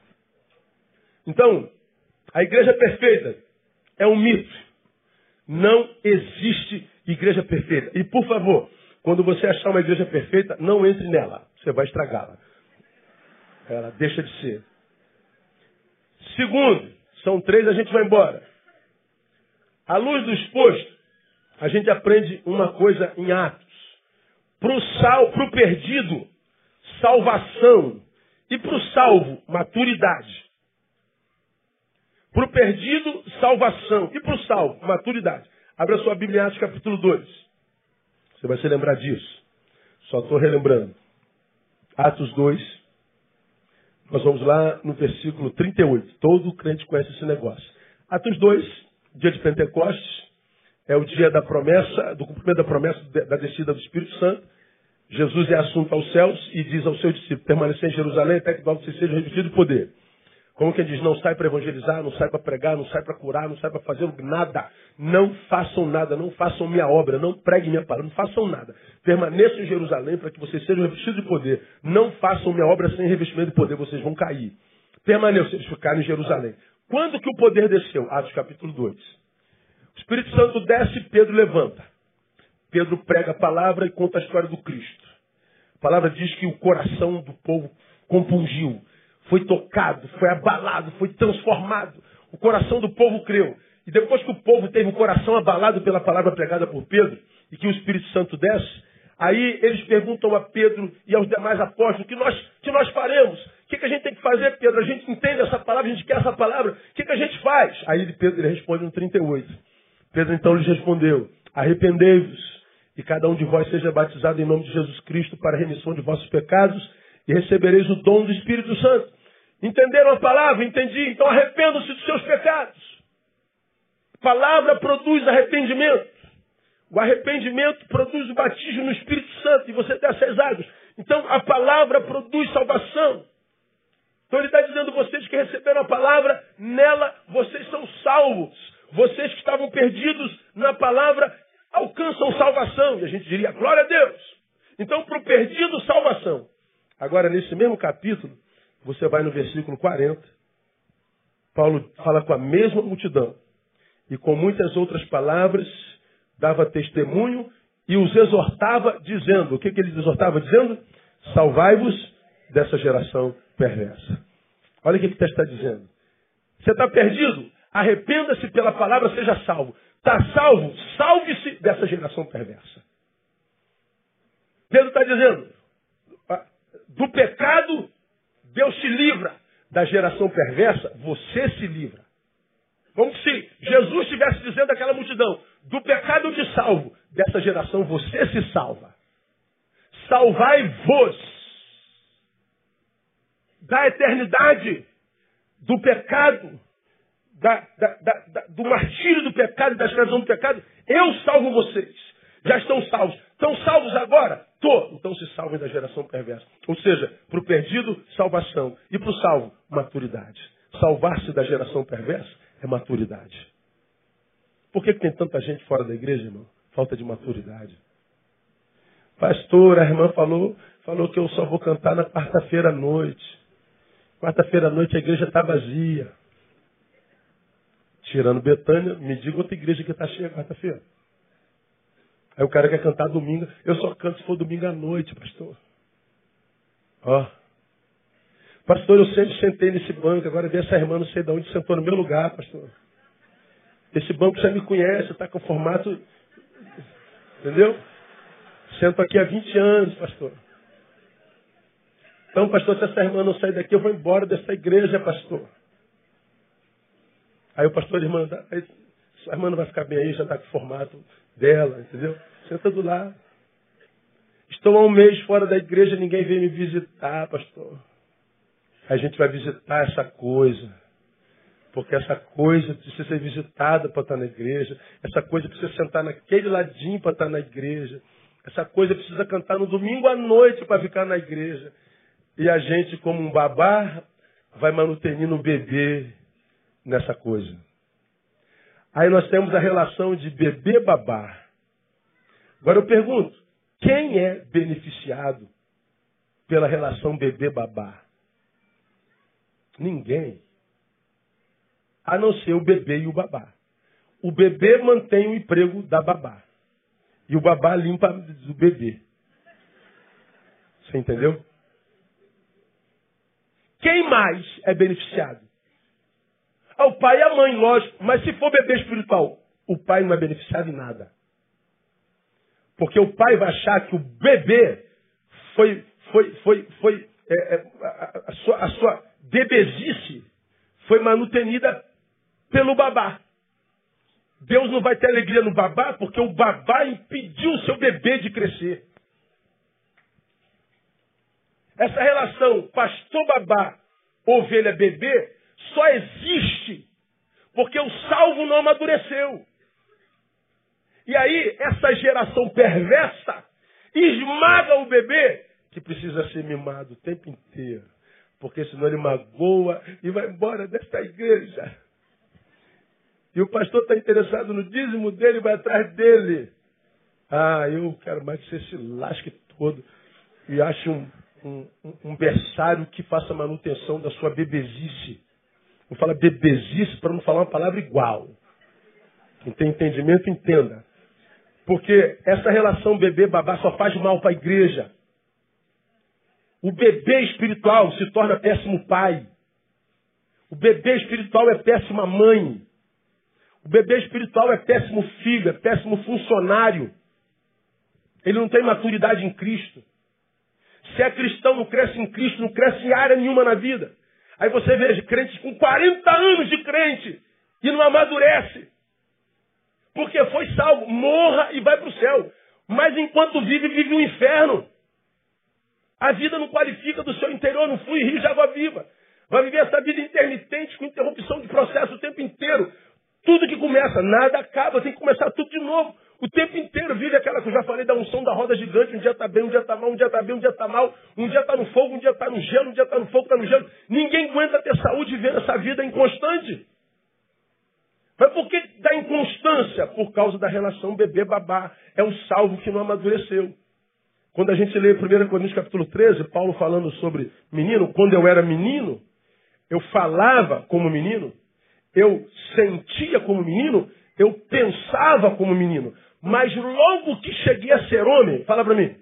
Então, a igreja perfeita é um mito. Não existe igreja perfeita. E, por favor, quando você achar uma igreja perfeita, não entre nela. Você vai estragá-la. Ela deixa de ser. Segundo, são três, a gente vai embora. À luz do exposto, a gente aprende uma coisa em Atos. Para o sal, para o perdido, salvação. E para o salvo, maturidade. Para o perdido, salvação. E para o salvo, maturidade. Abra a sua Bíblia em Atos capítulo dois. Você vai se lembrar disso. Só estou relembrando. Atos dois. Nós vamos lá no versículo trinta e oito. Todo crente conhece esse negócio. Atos dois, dia de Pentecostes. É o dia da promessa, do cumprimento da promessa da descida do Espírito Santo. Jesus é assunto aos céus e diz aos seus discípulos, permanecer em Jerusalém até que vocês sejam revestidos de poder. Como quem diz, não sai para evangelizar, não sai para pregar, não sai para curar, não sai para fazer nada. Não façam nada, não façam minha obra, não preguem minha palavra, não façam nada. Permaneçam em Jerusalém para que vocês sejam revestidos de poder. Não façam minha obra sem revestimento de poder, vocês vão cair. Permaneçam, eles ficaram em Jerusalém. Quando que o poder desceu? Atos capítulo dois. O Espírito Santo desce, Pedro levanta. Pedro prega a palavra e conta a história do Cristo. A palavra diz que o coração do povo compungiu. Foi tocado, foi abalado, foi transformado. O coração do povo creu. E depois que o povo teve o coração abalado pela palavra pregada por Pedro, e que o Espírito Santo desce, aí eles perguntam a Pedro e aos demais apóstolos, o que nós, que nós faremos? O que, que a gente tem que fazer, Pedro? A gente entende essa palavra, a gente quer essa palavra. O que, que a gente faz? Aí Pedro ele responde no trinta e oito. Pedro então lhes respondeu, arrependei-vos, e cada um de vós seja batizado em nome de Jesus Cristo para a remissão de vossos pecados, e recebereis o dom do Espírito Santo. Entenderam a palavra? Entendi. Então arrependam-se dos seus pecados. A palavra produz arrependimento. O arrependimento produz o batismo no Espírito Santo. E você desce as águas. Então a palavra produz salvação. Então ele está dizendo, vocês que receberam a palavra, nela vocês são salvos. Vocês que estavam perdidos na palavra, alcançam salvação. E a gente diria, glória a Deus. Então para o perdido, salvação. Agora nesse mesmo capítulo, você vai no versículo quarenta, Paulo fala com a mesma multidão e com muitas outras palavras dava testemunho e os exortava dizendo, o que, que ele exortava dizendo? Salvai-vos dessa geração perversa. Olha o que, que o texto está dizendo. Você está perdido? Arrependa-se pela palavra, seja salvo. Está salvo? Salve-se dessa geração perversa. Pedro está dizendo, do pecado Deus se livra. Da geração perversa, você se livra. Como se Jesus estivesse dizendo àquela multidão, do pecado eu te salvo, dessa geração você se salva. Salvai-vos da eternidade, do pecado, da, da, da, da, do martírio do pecado e da escravidão do pecado. Eu salvo vocês. Já estão salvos. Estão salvos agora? Tô. Então se salvem da geração perversa. Ou seja, para o perdido, salvação. E para o salvo, maturidade. Salvar-se da geração perversa é maturidade. Por que, que tem tanta gente fora da igreja, irmão? Falta de maturidade. Pastor, a irmã falou, falou que eu só vou cantar na quarta-feira à noite. Quarta-feira à noite a igreja está vazia. Tirando Betânia, me diga outra igreja que está cheia quarta-feira. Aí o cara quer cantar domingo. Eu só canto se for domingo à noite, pastor. Ó. Pastor, eu sempre sentei nesse banco. Agora vem essa irmã, não sei de onde, sentou no meu lugar, pastor. Esse banco já me conhece, está com formato... Entendeu? Sento aqui há vinte anos, pastor. Então, pastor, se essa irmã não sair daqui, eu vou embora dessa igreja, pastor. Aí o pastor, irmã, aí, a irmã não vai ficar bem aí, já está com o formato dela, entendeu? Senta do lado. Estou há um mês fora da igreja, ninguém veio me visitar, pastor. Aí a gente vai visitar essa coisa. Porque essa coisa precisa ser visitada para estar na igreja. Essa coisa precisa sentar naquele ladinho para estar na igreja. Essa coisa precisa cantar no domingo à noite para ficar na igreja. E a gente, como um babá, vai manutenindo o bebê nessa coisa. Aí nós temos a relação de bebê-babá. Agora eu pergunto, quem é beneficiado pela relação bebê-babá? Ninguém. A não ser o bebê e o babá. O bebê mantém o emprego da babá. E o babá limpa do bebê. Você entendeu? Quem mais é beneficiado? Ah, o pai e a mãe, lógico. Mas se for bebê espiritual, o pai não é beneficiado em nada. Porque o pai vai achar que o bebê foi, foi, foi, foi é, é, a, a, sua, a sua bebezice foi manutenida pelo babá. Deus não vai ter alegria no babá porque o babá impediu o seu bebê de crescer. Essa relação pastor-babá, ovelha-bebê, só existe porque o salvo não amadureceu. E aí, essa geração perversa esmaga o bebê, que precisa ser mimado o tempo inteiro. Porque senão ele magoa e vai embora desta igreja. E o pastor está interessado no dízimo dele e vai atrás dele. Ah, eu quero mais que você se lasque todo e ache um, um, um berçário que faça manutenção da sua bebezice. Não fala bebezice para não falar uma palavra igual. Quem tem entendimento, entenda. Porque essa relação bebê-babá só faz mal para a igreja. O bebê espiritual se torna péssimo pai. O bebê espiritual é péssima mãe. O bebê espiritual é péssimo filho, é péssimo funcionário. Ele não tem maturidade em Cristo. Se é cristão, não cresce em Cristo, não cresce em área nenhuma na vida. Aí você veja crentes com quarenta anos de crente e não amadurece. Porque foi salvo, morra e vai para o céu. Mas enquanto vive, vive um inferno. A vida não qualifica do seu interior, não flui rio de água viva. Vai viver essa vida intermitente, com interrupção de processo o tempo inteiro. Tudo que começa, nada acaba, tem que começar tudo de novo. O tempo inteiro vive aquela que eu já falei da unção da roda gigante. Um dia está bem, um dia está mal, um dia está bem, um dia está mal. Um dia está no fogo, um dia está no gelo, um dia está no fogo, está no gelo. Ninguém aguenta ter saúde e ver essa vida inconstante. Mas por que da inconstância? Por causa da relação bebê-babá. É um salvo que não amadureceu. Quando a gente lê primeira Coríntios capítulo treze, Paulo falando sobre menino, quando eu era menino, eu falava como menino, eu sentia como menino, eu pensava como menino. Mas logo que cheguei a ser homem, fala para mim,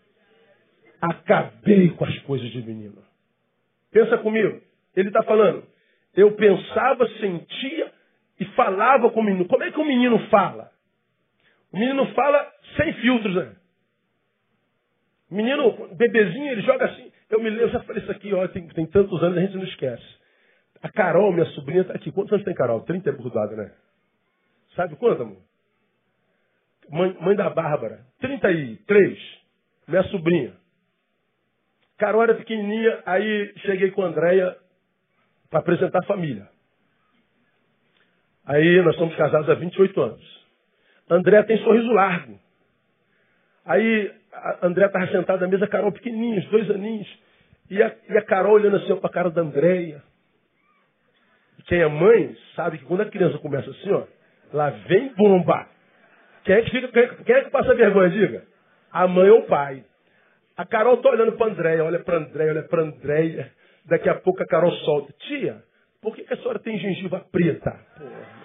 acabei com as coisas de menino. Pensa comigo. Ele está falando, eu pensava, sentia e falava como menino. Como é que o menino fala? O menino fala sem filtros, né? O menino, bebezinho, ele joga assim. Eu me lembro, eu já falei isso aqui, ó, tem, tem tantos anos, a gente não esquece. A Carol, minha sobrinha, está aqui. Quantos anos tem Carol? trinta é bordada, né? Sabe quanto, amor? Mãe, mãe da Bárbara. trinta e três. Minha sobrinha. Carol era pequenininha, aí cheguei com a Andréia para apresentar a família. Aí nós somos casados há vinte e oito anos. Andréia tem sorriso largo. Aí a Andréia estava sentada na mesa, a Carol pequenininha, dois aninhos. E a, e a Carol olhando assim para a cara da Andréia. E quem é mãe sabe que quando a criança começa assim, ó, lá vem bomba. Quem é que, fica, quem é, quem é que passa vergonha, diga? A mãe ou o pai. A Carol está olhando para a Andréia, olha para a Andréia, olha para a Andréia. Daqui a pouco a Carol solta. Tia, por que, que a senhora tem gengiva preta? Porra.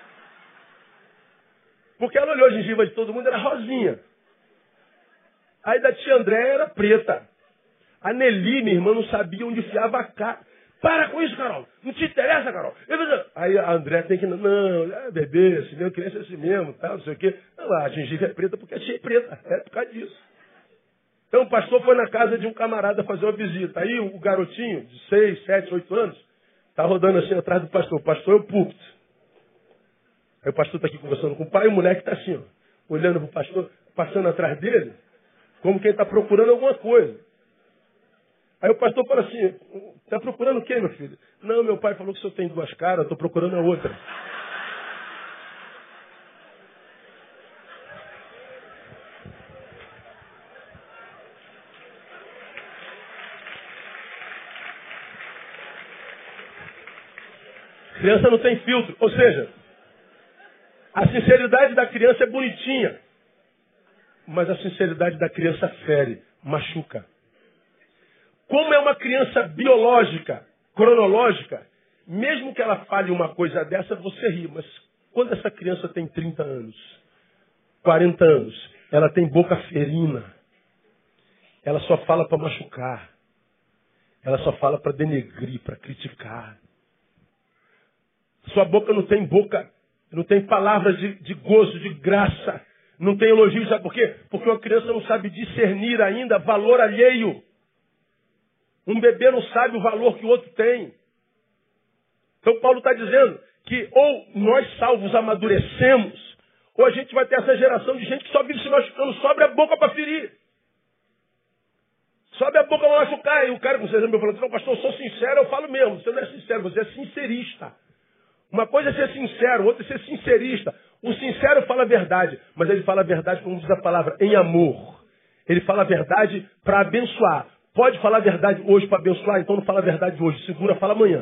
Porque ela olhou a gengiva de todo mundo, era rosinha. Aí da tia Andréia era preta. A Nelly, minha irmã, não sabia onde enfiava a cara. Para com isso, Carol. Não te interessa, Carol. Aí a Andréia tem que... Não, é bebê, assim mesmo, criança é assim mesmo, tal, não sei o quê. Não, a gengiva é preta porque achei preta. É por causa disso. Então o pastor foi na casa de um camarada fazer uma visita. Aí o garotinho, de seis, sete, oito anos, está rodando assim atrás do pastor. O pastor é o púlpito. Aí o pastor está aqui conversando com o pai e o moleque está assim, ó, olhando para o pastor, passando atrás dele, como quem está procurando alguma coisa. Aí o pastor fala assim, está procurando o quê, meu filho? Não, meu pai falou que o senhor tem duas caras, estou procurando a outra. Criança não tem filtro. Ou seja, a sinceridade da criança é bonitinha. Mas a sinceridade da criança fere, machuca. Como é uma criança biológica, cronológica, mesmo que ela fale uma coisa dessa, você ri. Mas quando essa criança tem trinta anos, quarenta anos, ela tem boca ferina. Ela só fala para machucar. Ela só fala para denegrir, para criticar. Sua boca não tem boca, não tem palavras de, de gozo, de graça. Não tem elogio, sabe por quê? Porque uma criança não sabe discernir ainda valor alheio. Um bebê não sabe o valor que o outro tem. Então Paulo está dizendo que ou nós salvos amadurecemos, ou a gente vai ter essa geração de gente que só vive se machucando, sobe a boca para ferir. Sobe a boca para machucar. E o cara, vocês me falando, não, pastor, eu sou sincero, eu falo mesmo. Você não é sincero, você é sincerista. Uma coisa é ser sincero, outra é ser sincerista. O sincero fala a verdade, mas ele fala a verdade, como diz a palavra, em amor. Ele fala a verdade para abençoar. Pode falar a verdade hoje para abençoar, então não fala a verdade hoje, segura, fala amanhã.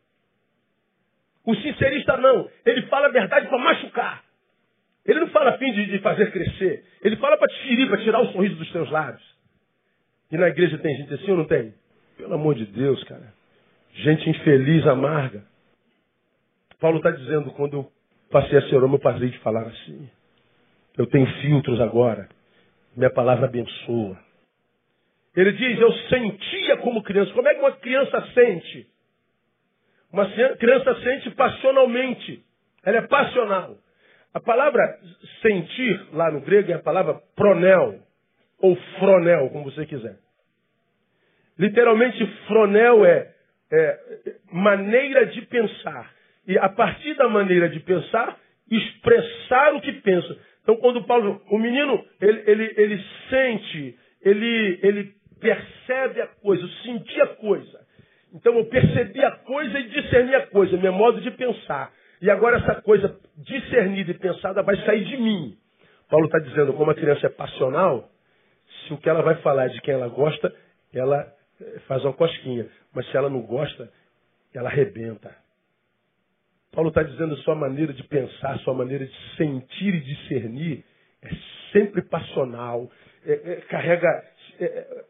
O sincerista não, ele fala a verdade para machucar. Ele não fala a fim de, de fazer crescer, ele fala para te ferir, para tirar o sorriso dos teus lábios. E na igreja tem gente assim ou não tem? Pelo amor de Deus, cara. Gente infeliz, amarga. Paulo está dizendo, quando eu passei a ser homem, eu parei de falar assim. Eu tenho filtros agora. Minha palavra abençoa. Ele diz, eu sentia como criança. Como é que uma criança sente? Uma criança sente passionalmente. Ela é passional. A palavra sentir, lá no grego, é a palavra pronel. Ou fronel, como você quiser. Literalmente, fronel é, é maneira de pensar. E a partir da maneira de pensar, expressar o que pensa. Então, quando Paulo, o menino, ele, ele, ele sente, ele, ele percebe a coisa, eu senti a coisa. Então, eu percebi a coisa e discerni a coisa, meu modo de pensar. E agora essa coisa discernida e pensada vai sair de mim. Paulo está dizendo, como a criança é passional, se o que ela vai falar é de quem ela gosta, ela faz uma cosquinha. Mas se ela não gosta, ela arrebenta. Paulo está dizendo sua maneira de pensar, sua maneira de sentir e discernir é sempre passional, é, é, carrega é, é,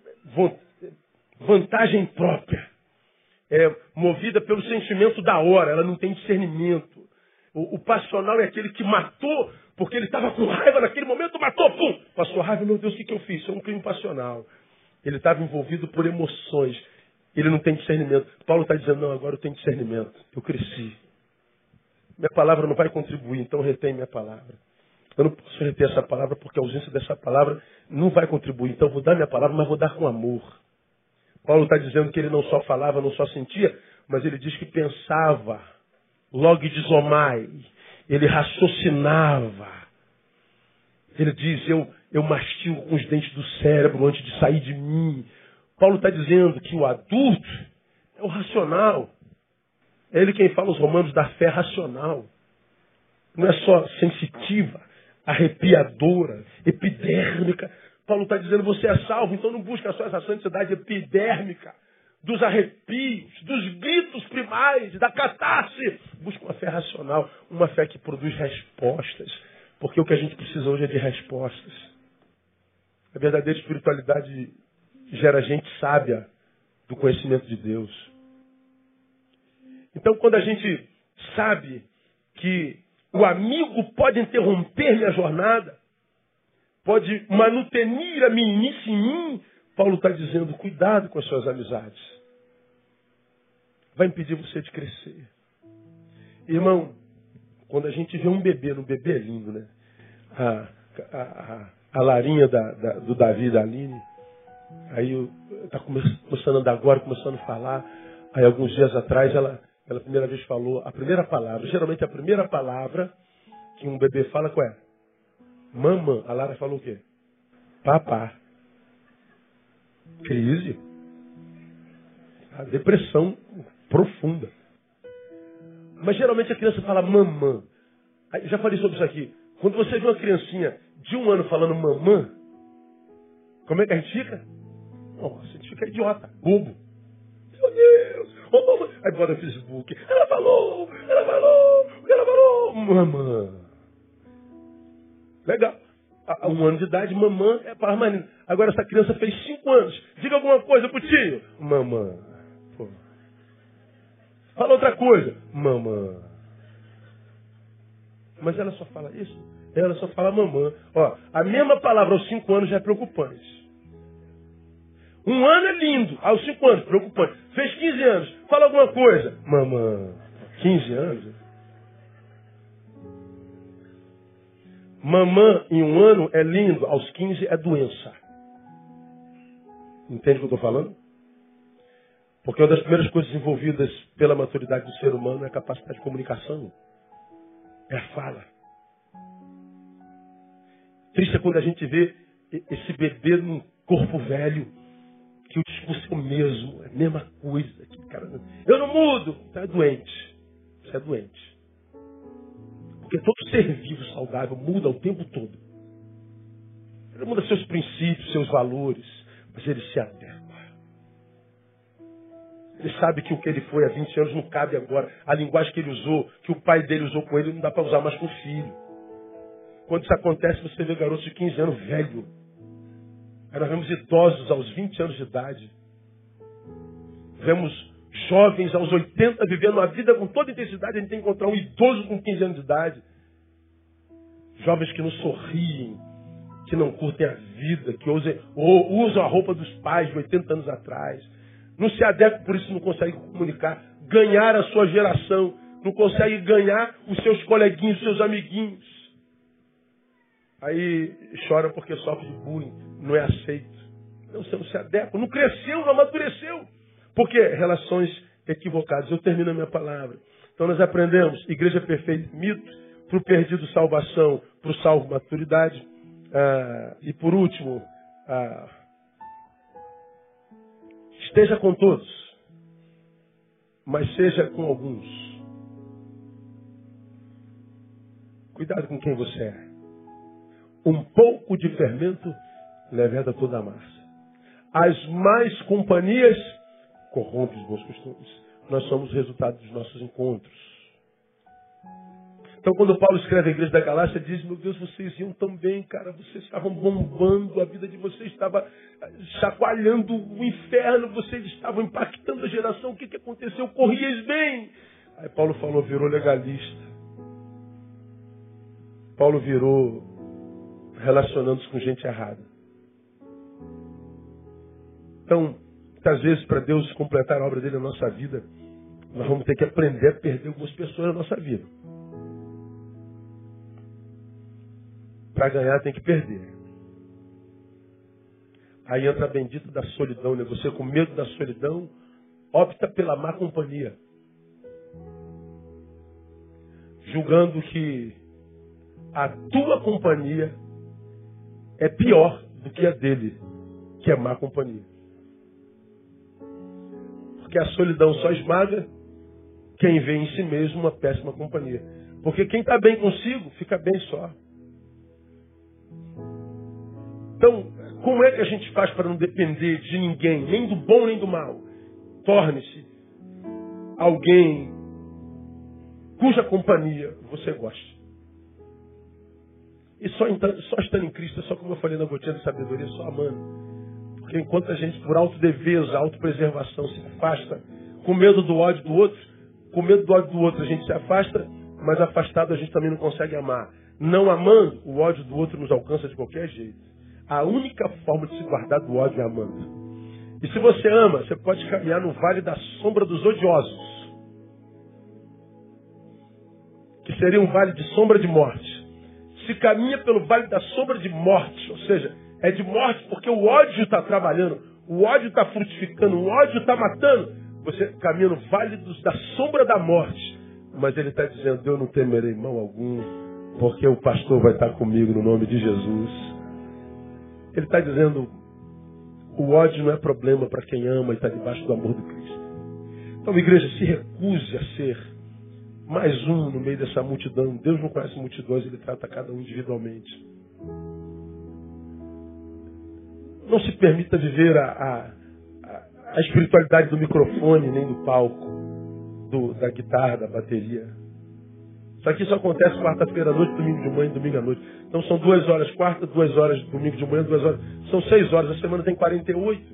vantagem própria, é movida pelo sentimento da hora, ela não tem discernimento. O, o passional é aquele que matou, porque ele estava com raiva naquele momento, matou, pum, passou raiva, meu Deus, o que, que eu fiz? Isso é um crime passional. Ele estava envolvido por emoções, ele não tem discernimento. Paulo está dizendo, não, agora eu tenho discernimento, eu cresci. Minha palavra não vai contribuir, então retém minha palavra. Eu não posso reter essa palavra porque a ausência dessa palavra não vai contribuir. Então eu vou dar minha palavra, mas vou dar com amor. Paulo está dizendo que ele não só falava, não só sentia, mas ele diz que pensava. Logizomai. Ele raciocinava. Ele diz, eu, eu mastigo com os dentes do cérebro antes de sair de mim. Paulo está dizendo que o adulto é o racional. É ele quem fala os romanos da fé racional. Não é só sensitiva, arrepiadora, epidérmica. Paulo está dizendo, você é salvo, então não busca só essa santidade epidérmica, dos arrepios, dos gritos primais, da catarse. Busca uma fé racional, uma fé que produz respostas. Porque o que a gente precisa hoje é de respostas. A verdadeira espiritualidade gera gente sábia do conhecimento de Deus. Então, quando a gente sabe que o amigo pode interromper minha jornada, pode manutenir a meninice em mim, Paulo está dizendo, cuidado com as suas amizades. Vai impedir você de crescer. Irmão, quando a gente vê um bebê, um bebê é lindo, né? A, a, a, a Larinha da, da, do Davi e da Aline, aí está começando a andar agora, começando a falar. Aí alguns dias atrás ela... Ela a primeira vez falou a primeira palavra. Geralmente a primeira palavra que um bebê fala qual é? Mamã. A Lara falou o quê? Papá. Crise. A depressão profunda. Mas geralmente a criança fala mamã. Aí, já falei sobre isso aqui. Quando você vê uma criancinha de um ano falando mamã, como é que a gente fica? Nossa, a gente fica idiota, bobo. Meu Deus, Oh, oh, aí bota no Facebook. Ela falou, ela falou, ela falou. Mamã. Legal. A, a um ano de idade, mamã é para mais. Agora essa criança fez cinco anos. Diga alguma coisa pro tio. Mamã. Pô. Fala outra coisa. Mamã. Mas ela só fala isso? Ela só fala mamã. Ó, a mesma palavra aos cinco anos já é preocupante. Um ano é lindo, aos cinco anos, preocupante. Fez quinze anos, fala alguma coisa. Mamã, quinze anos? Mamã em um ano é lindo, aos quinze é doença. Entende o que eu estou falando? Porque uma das primeiras coisas envolvidas pela maturidade do ser humano é a capacidade de comunicação. É a fala. Triste é quando a gente vê esse bebê num corpo velho, que o discurso é o mesmo, é a mesma coisa. Que, cara, eu não mudo. Você é doente. Você é doente. Porque todo ser vivo saudável muda o tempo todo. Ele muda seus princípios, seus valores, mas ele se adequa. Ele sabe que o que ele foi há vinte anos não cabe agora. A linguagem que ele usou, que o pai dele usou com ele, não dá para usar mais com o filho. Quando isso acontece, você vê garotos de quinze anos velho. Aí nós vemos idosos aos vinte anos de idade. Vemos jovens aos oitenta vivendo uma vida com toda intensidade. A gente tem que encontrar um idoso com quinze anos de idade. Jovens que não sorriem, que não curtem a vida, que usam, ou usam a roupa dos pais de oitenta anos atrás. Não se adequam, por isso não conseguem comunicar, ganhar a sua geração. Não conseguem ganhar os seus coleguinhos, os seus amiguinhos. Aí chora porque sofre de bullying, não é aceito. Não, você não se adequa, não cresceu, não amadureceu. Por quê? Relações equivocadas. Eu termino a minha palavra. Então nós aprendemos, igreja perfeita, mito, para o perdido salvação, para o salvo maturidade. Ah, e por último, ah, esteja com todos, mas seja com alguns. Cuidado com quem você é. Um pouco de fermento leveda toda a massa. As más companhias corrompem os bons costumes. Nós somos resultado dos nossos encontros. Então, quando Paulo escreve a igreja da Galácia, diz: meu Deus, vocês iam tão bem, cara. Vocês estavam bombando, a vida de vocês estava chacoalhando o inferno, vocês estavam impactando a geração. O que, que aconteceu? Corrias bem. Aí Paulo falou, virou legalista. Paulo virou relacionando-se com gente errada. Então, muitas vezes, para Deus completar a obra dele na nossa vida, nós vamos ter que aprender a perder algumas pessoas na nossa vida. Para ganhar, tem que perder. Aí entra a bendita da solidão, né? Você, com medo da solidão, opta pela má companhia. Julgando que a tua companhia é pior do que a dele, que é má companhia. Porque a solidão só esmaga quem vê em si mesmo uma péssima companhia. Porque quem está bem consigo, fica bem só. Então, como é que a gente faz para não depender de ninguém, nem do bom nem do mal? Torne-se alguém cuja companhia você gosta. E só, só estando em Cristo, só como eu falei na gotinha de sabedoria, só amando. Porque enquanto a gente, por autodefesa, autopreservação, se afasta, com medo do ódio do outro, com medo do ódio do outro a gente se afasta, mas afastado a gente também não consegue amar. Não amando, o ódio do outro nos alcança de qualquer jeito. A única forma de se guardar do ódio é amando. E se você ama, você pode caminhar no vale da sombra dos odiosos, que seria um vale de sombra de morte. Se caminha pelo vale da sombra de morte, ou seja, é de morte porque o ódio está trabalhando, o ódio está frutificando, o ódio está matando. Você caminha no vale dos, da sombra da morte, mas ele está dizendo: eu não temerei mal algum, porque o pastor vai estar comigo no nome de Jesus. Ele está dizendo: o ódio não é problema para quem ama e está debaixo do amor do Cristo. Então, igreja, se recuse a ser mais um no meio dessa multidão. Deus não conhece multidões, Ele trata cada um individualmente. Não se permita viver a, a, a a espiritualidade do microfone, nem do palco, do, da guitarra, da bateria. Isso aqui só acontece quarta-feira à noite, domingo de manhã e domingo à noite. Então são duas horas quarta, duas horas domingo de manhã, duas horas. São seis horas, a semana tem quarenta e oito.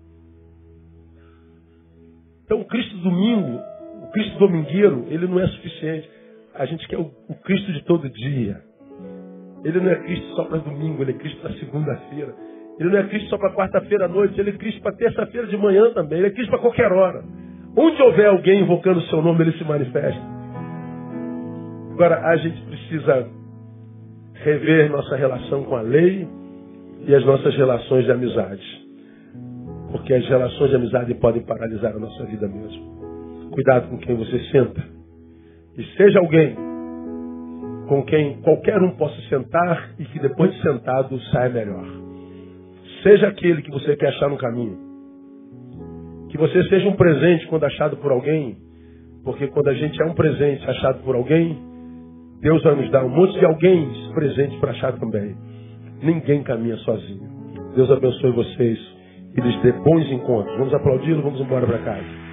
Então o Cristo domingo, o Cristo domingueiro, ele não é suficiente. A gente quer o, o Cristo de todo dia. Ele não é Cristo só para domingo, ele é Cristo para segunda-feira. Ele não é Cristo só para quarta-feira à noite, ele é Cristo para terça-feira de manhã também. Ele é Cristo para qualquer hora. Onde houver alguém invocando o seu nome, ele se manifesta. Agora, a gente precisa rever nossa relação com a lei e as nossas relações de amizade. Porque as relações de amizade podem paralisar a nossa vida mesmo. Cuidado com quem você senta. E seja alguém com quem qualquer um possa sentar e que depois de sentado saia melhor. Seja aquele que você quer achar no caminho. Que você seja um presente quando achado por alguém. Porque quando a gente é um presente achado por alguém, Deus vai nos dar um monte de alguém presente para achar também. Ninguém caminha sozinho. Deus abençoe vocês e lhes dê bons encontros. Vamos aplaudi-lo, vamos embora para casa.